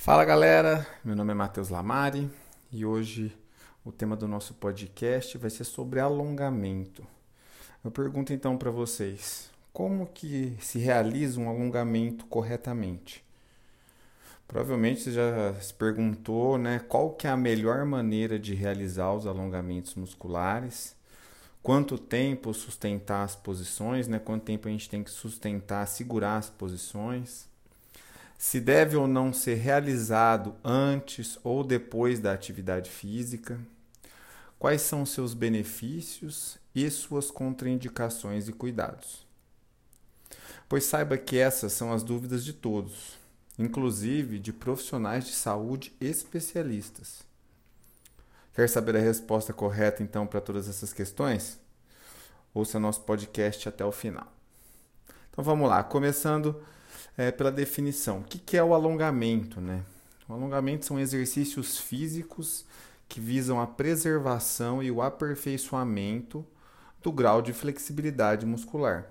Fala galera, meu nome é Matheus Lamari e hoje o tema do nosso podcast vai ser sobre alongamento. Eu pergunto então para vocês, como que se realiza um alongamento corretamente? Provavelmente você já se perguntou, né, qual que é a melhor maneira de realizar os alongamentos musculares, quanto tempo sustentar as posições, né, quanto tempo a gente tem que sustentar, segurar as posições. Se deve ou não ser realizado antes ou depois da atividade física, quais são seus benefícios e suas contraindicações e cuidados. Pois saiba que essas são as dúvidas de todos, inclusive de profissionais de saúde especialistas. Quer saber a resposta correta então para todas essas questões? Ouça nosso podcast até o final. Então vamos lá, começando pela definição. O que é o alongamento, né? O alongamento são exercícios físicos que visam a preservação e o aperfeiçoamento do grau de flexibilidade muscular.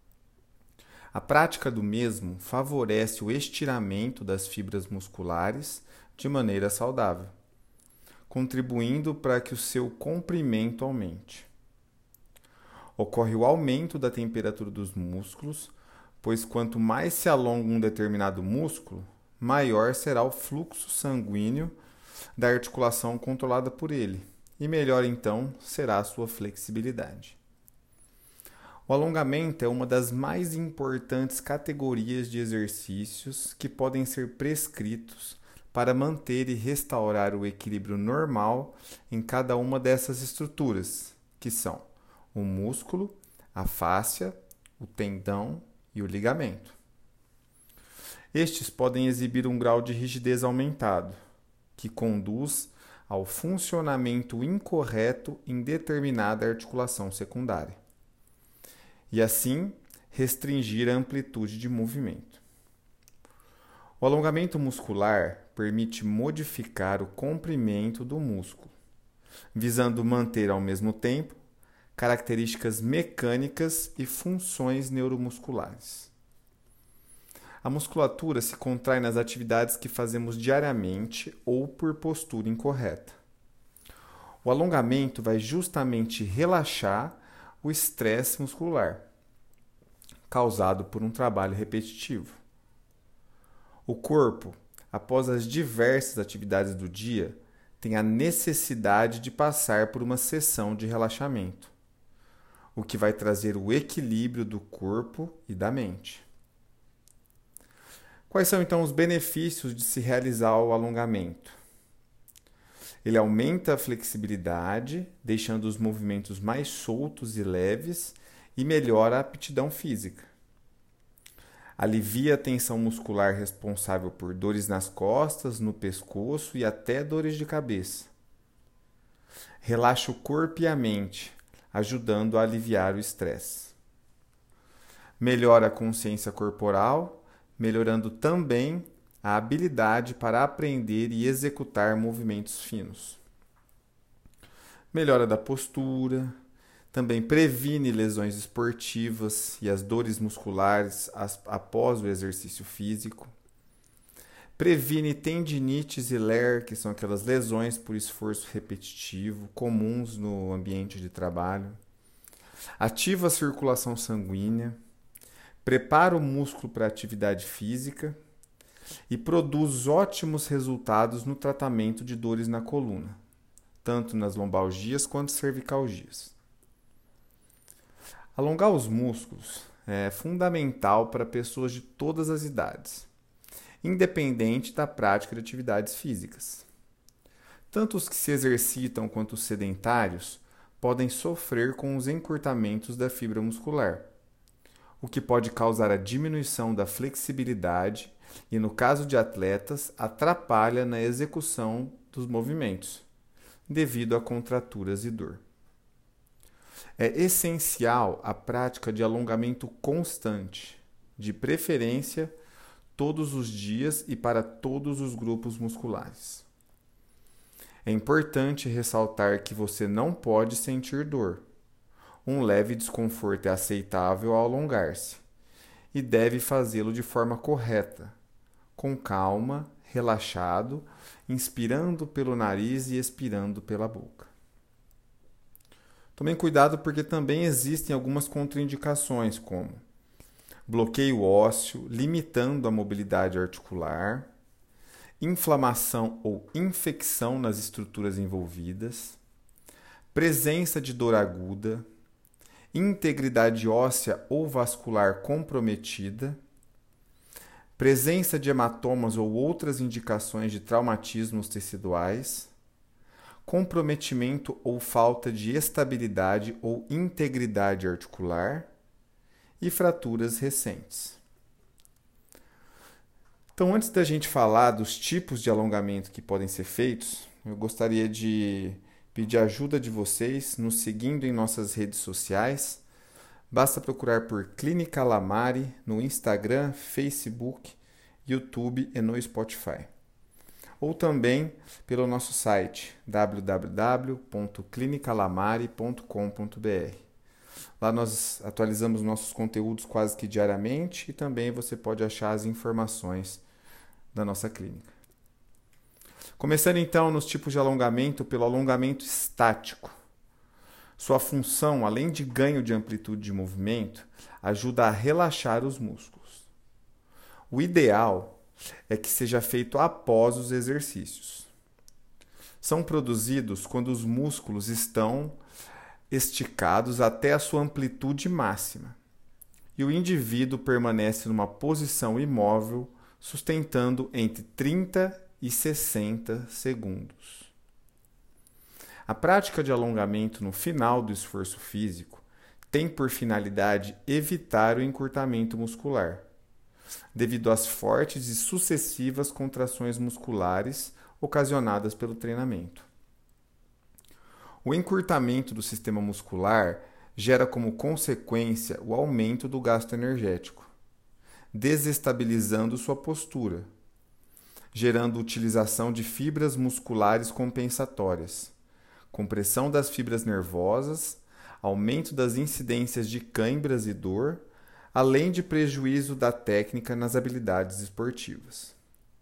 A prática do mesmo favorece o estiramento das fibras musculares de maneira saudável, contribuindo para que o seu comprimento aumente. Ocorre o aumento da temperatura dos músculos, pois quanto mais se alonga um determinado músculo, maior será o fluxo sanguíneo da articulação controlada por ele, e melhor então será a sua flexibilidade. O alongamento é uma das mais importantes categorias de exercícios que podem ser prescritos para manter e restaurar o equilíbrio normal em cada uma dessas estruturas, que são o músculo, a fáscia, o tendão e o ligamento. Estes podem exibir um grau de rigidez aumentado, que conduz ao funcionamento incorreto em determinada articulação secundária, e assim restringir a amplitude de movimento. O alongamento muscular permite modificar o comprimento do músculo, visando manter ao mesmo tempo características mecânicas e funções neuromusculares. A musculatura se contrai nas atividades que fazemos diariamente ou por postura incorreta. O alongamento vai justamente relaxar o estresse muscular, causado por um trabalho repetitivo. O corpo, após as diversas atividades do dia, tem a necessidade de passar por uma sessão de relaxamento, o que vai trazer o equilíbrio do corpo e da mente. Quais são então os benefícios de se realizar o alongamento? Ele aumenta a flexibilidade, deixando os movimentos mais soltos e leves, e melhora a aptidão física. Alivia a tensão muscular responsável por dores nas costas, no pescoço e até dores de cabeça. Relaxa o corpo e a mente, ajudando a aliviar o estresse. Melhora a consciência corporal, melhorando também a habilidade para aprender e executar movimentos finos. Melhora da postura, também previne lesões esportivas e as dores musculares após o exercício físico. Previne tendinites e LER, que são aquelas lesões por esforço repetitivo, comuns no ambiente de trabalho. Ativa a circulação sanguínea, prepara o músculo para a atividade física e produz ótimos resultados no tratamento de dores na coluna, tanto nas lombalgias quanto cervicalgias. Alongar os músculos é fundamental para pessoas de todas as idades, independente da prática de atividades físicas. Tanto os que se exercitam quanto os sedentários podem sofrer com os encurtamentos da fibra muscular, o que pode causar a diminuição da flexibilidade e, no caso de atletas, atrapalha na execução dos movimentos, devido a contraturas e dor. É essencial a prática de alongamento constante, de preferência todos os dias e para todos os grupos musculares. É importante ressaltar que você não pode sentir dor. Um leve desconforto é aceitável ao alongar-se e deve fazê-lo de forma correta, com calma, relaxado, inspirando pelo nariz e expirando pela boca. Tomem cuidado porque também existem algumas contraindicações, como bloqueio ósseo, limitando a mobilidade articular, inflamação ou infecção nas estruturas envolvidas, presença de dor aguda, integridade óssea ou vascular comprometida, presença de hematomas ou outras indicações de traumatismos teciduais, comprometimento ou falta de estabilidade ou integridade articular e fraturas recentes. Então, antes da gente falar dos tipos de alongamento que podem ser feitos, eu gostaria de pedir a ajuda de vocês nos seguindo em nossas redes sociais. Basta procurar por Clínica Lamari no Instagram, Facebook, YouTube e no Spotify. Ou também pelo nosso site www.clinicalamari.com.br. Lá nós atualizamos nossos conteúdos quase que diariamente e também você pode achar as informações da nossa clínica. Começando então nos tipos de alongamento, pelo alongamento estático. Sua função, além de ganho de amplitude de movimento, ajuda a relaxar os músculos. O ideal é que seja feito após os exercícios. São produzidos quando os músculos estão esticados até a sua amplitude máxima e o indivíduo permanece numa posição imóvel, sustentando entre 30 e 60 segundos. A prática de alongamento no final do esforço físico tem por finalidade evitar o encurtamento muscular, devido às fortes e sucessivas contrações musculares ocasionadas pelo treinamento. O encurtamento do sistema muscular gera como consequência o aumento do gasto energético, desestabilizando sua postura, gerando utilização de fibras musculares compensatórias, compressão das fibras nervosas, aumento das incidências de câimbras e dor, além de prejuízo da técnica nas habilidades esportivas.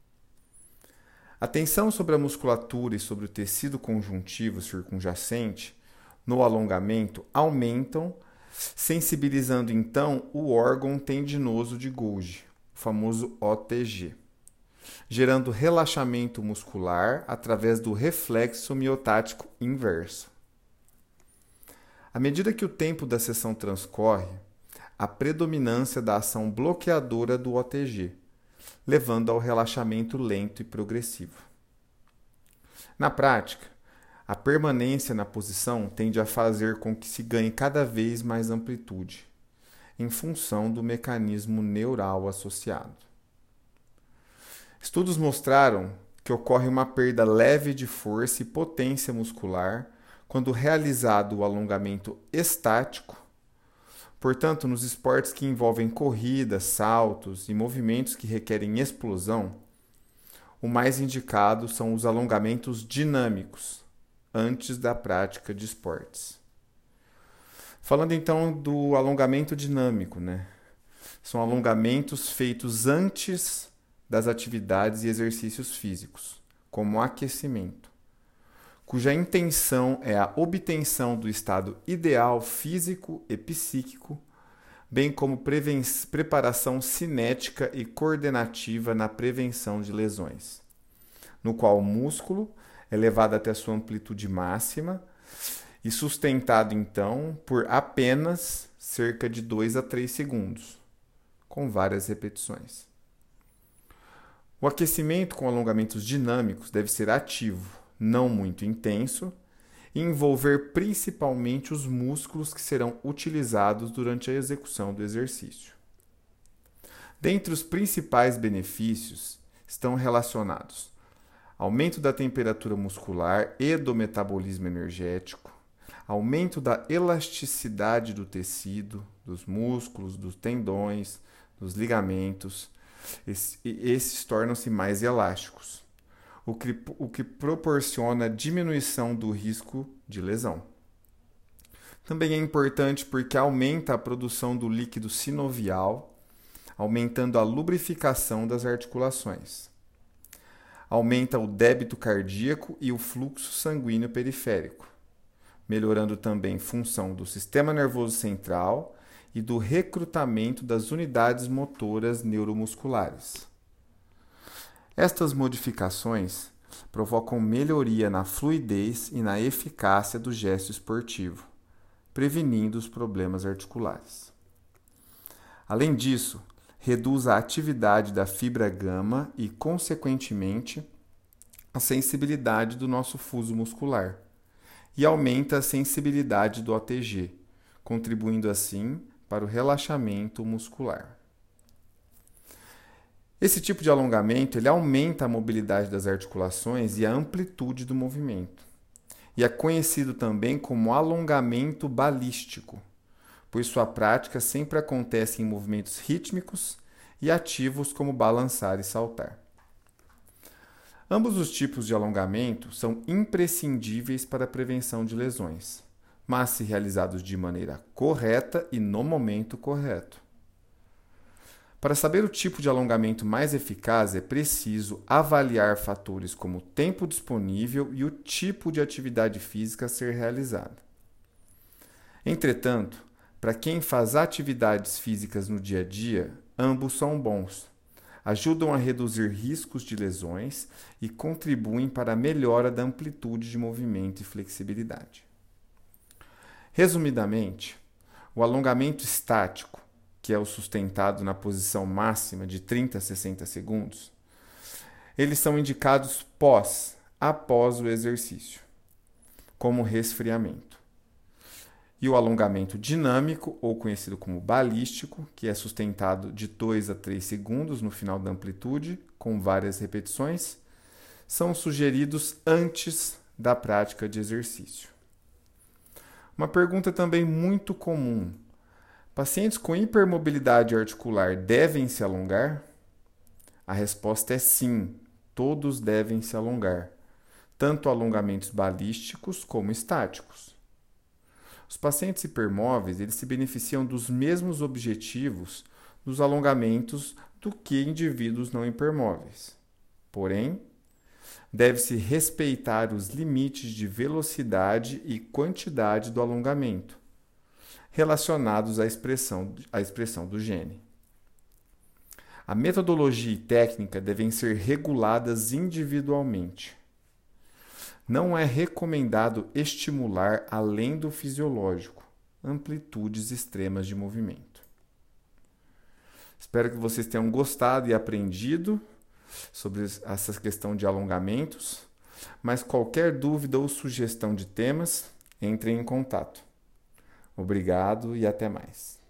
A tensão sobre a musculatura e sobre o tecido conjuntivo circunjacente no alongamento aumentam, sensibilizando então o órgão tendinoso de Golgi, o famoso OTG, gerando relaxamento muscular através do reflexo miotático inverso. À medida que o tempo da sessão transcorre, a predominância da ação bloqueadora do OTG, levando ao relaxamento lento e progressivo. Na prática, a permanência na posição tende a fazer com que se ganhe cada vez mais amplitude, em função do mecanismo neural associado. Estudos mostraram que ocorre uma perda leve de força e potência muscular quando realizado o alongamento estático. Portanto, nos esportes que envolvem corridas, saltos e movimentos que requerem explosão, o mais indicado são os alongamentos dinâmicos, antes da prática de esportes. Falando então do alongamento dinâmico, São alongamentos feitos antes das atividades e exercícios físicos, como aquecimento, cuja intenção é a obtenção do estado ideal físico e psíquico, bem como preparação cinética e coordenativa na prevenção de lesões, no qual o músculo é levado até sua amplitude máxima e sustentado então por apenas cerca de 2 a 3 segundos, com várias repetições. O aquecimento com alongamentos dinâmicos deve ser ativo, não muito intenso, e envolver principalmente os músculos que serão utilizados durante a execução do exercício. Dentre os principais benefícios estão relacionados aumento da temperatura muscular e do metabolismo energético, aumento da elasticidade do tecido, dos músculos, dos tendões, dos ligamentos. Esses tornam-se mais elásticos, o que proporciona diminuição do risco de lesão. Também é importante porque aumenta a produção do líquido sinovial, aumentando a lubrificação das articulações. aumenta o débito cardíaco e o fluxo sanguíneo periférico, melhorando também função do sistema nervoso central e do recrutamento das unidades motoras neuromusculares. Estas modificações provocam melhoria na fluidez e na eficácia do gesto esportivo, prevenindo os problemas articulares. Além disso, reduz a atividade da fibra gama e, consequentemente, a sensibilidade do nosso fuso muscular e aumenta a sensibilidade do OTG, contribuindo assim para o relaxamento muscular. Esse tipo de alongamento ele aumenta a mobilidade das articulações e a amplitude do movimento. E é conhecido também como alongamento balístico, pois sua prática sempre acontece em movimentos rítmicos e ativos como balançar e saltar. Ambos os tipos de alongamento são imprescindíveis para a prevenção de lesões, mas se realizados de maneira correta e no momento correto. Para saber o tipo de alongamento mais eficaz, é preciso avaliar fatores como o tempo disponível e o tipo de atividade física a ser realizada. Entretanto, para quem faz atividades físicas no dia a dia, ambos são bons. Ajudam a reduzir riscos de lesões e contribuem para a melhora da amplitude de movimento e flexibilidade. Resumidamente, o alongamento estático, que é o sustentado na posição máxima de 30 a 60 segundos, eles são indicados após o exercício, como resfriamento. E o alongamento dinâmico, ou conhecido como balístico, que é sustentado de 2 a 3 segundos no final da amplitude, com várias repetições, são sugeridos antes da prática de exercício. Uma pergunta também muito comum: pacientes com hipermobilidade articular devem se alongar? A resposta é sim, todos devem se alongar, tanto alongamentos balísticos como estáticos. Os pacientes hipermóveis eles se beneficiam dos mesmos objetivos dos alongamentos do que indivíduos não hipermóveis. Porém, deve-se respeitar os limites de velocidade e quantidade do alongamento, relacionados à expressão do gene. A metodologia e técnica devem ser reguladas individualmente. Não é recomendado estimular, além do fisiológico, amplitudes extremas de movimento. Espero que vocês tenham gostado e aprendido sobre essa questão de alongamentos, mas qualquer dúvida ou sugestão de temas, entrem em contato. Obrigado e até mais.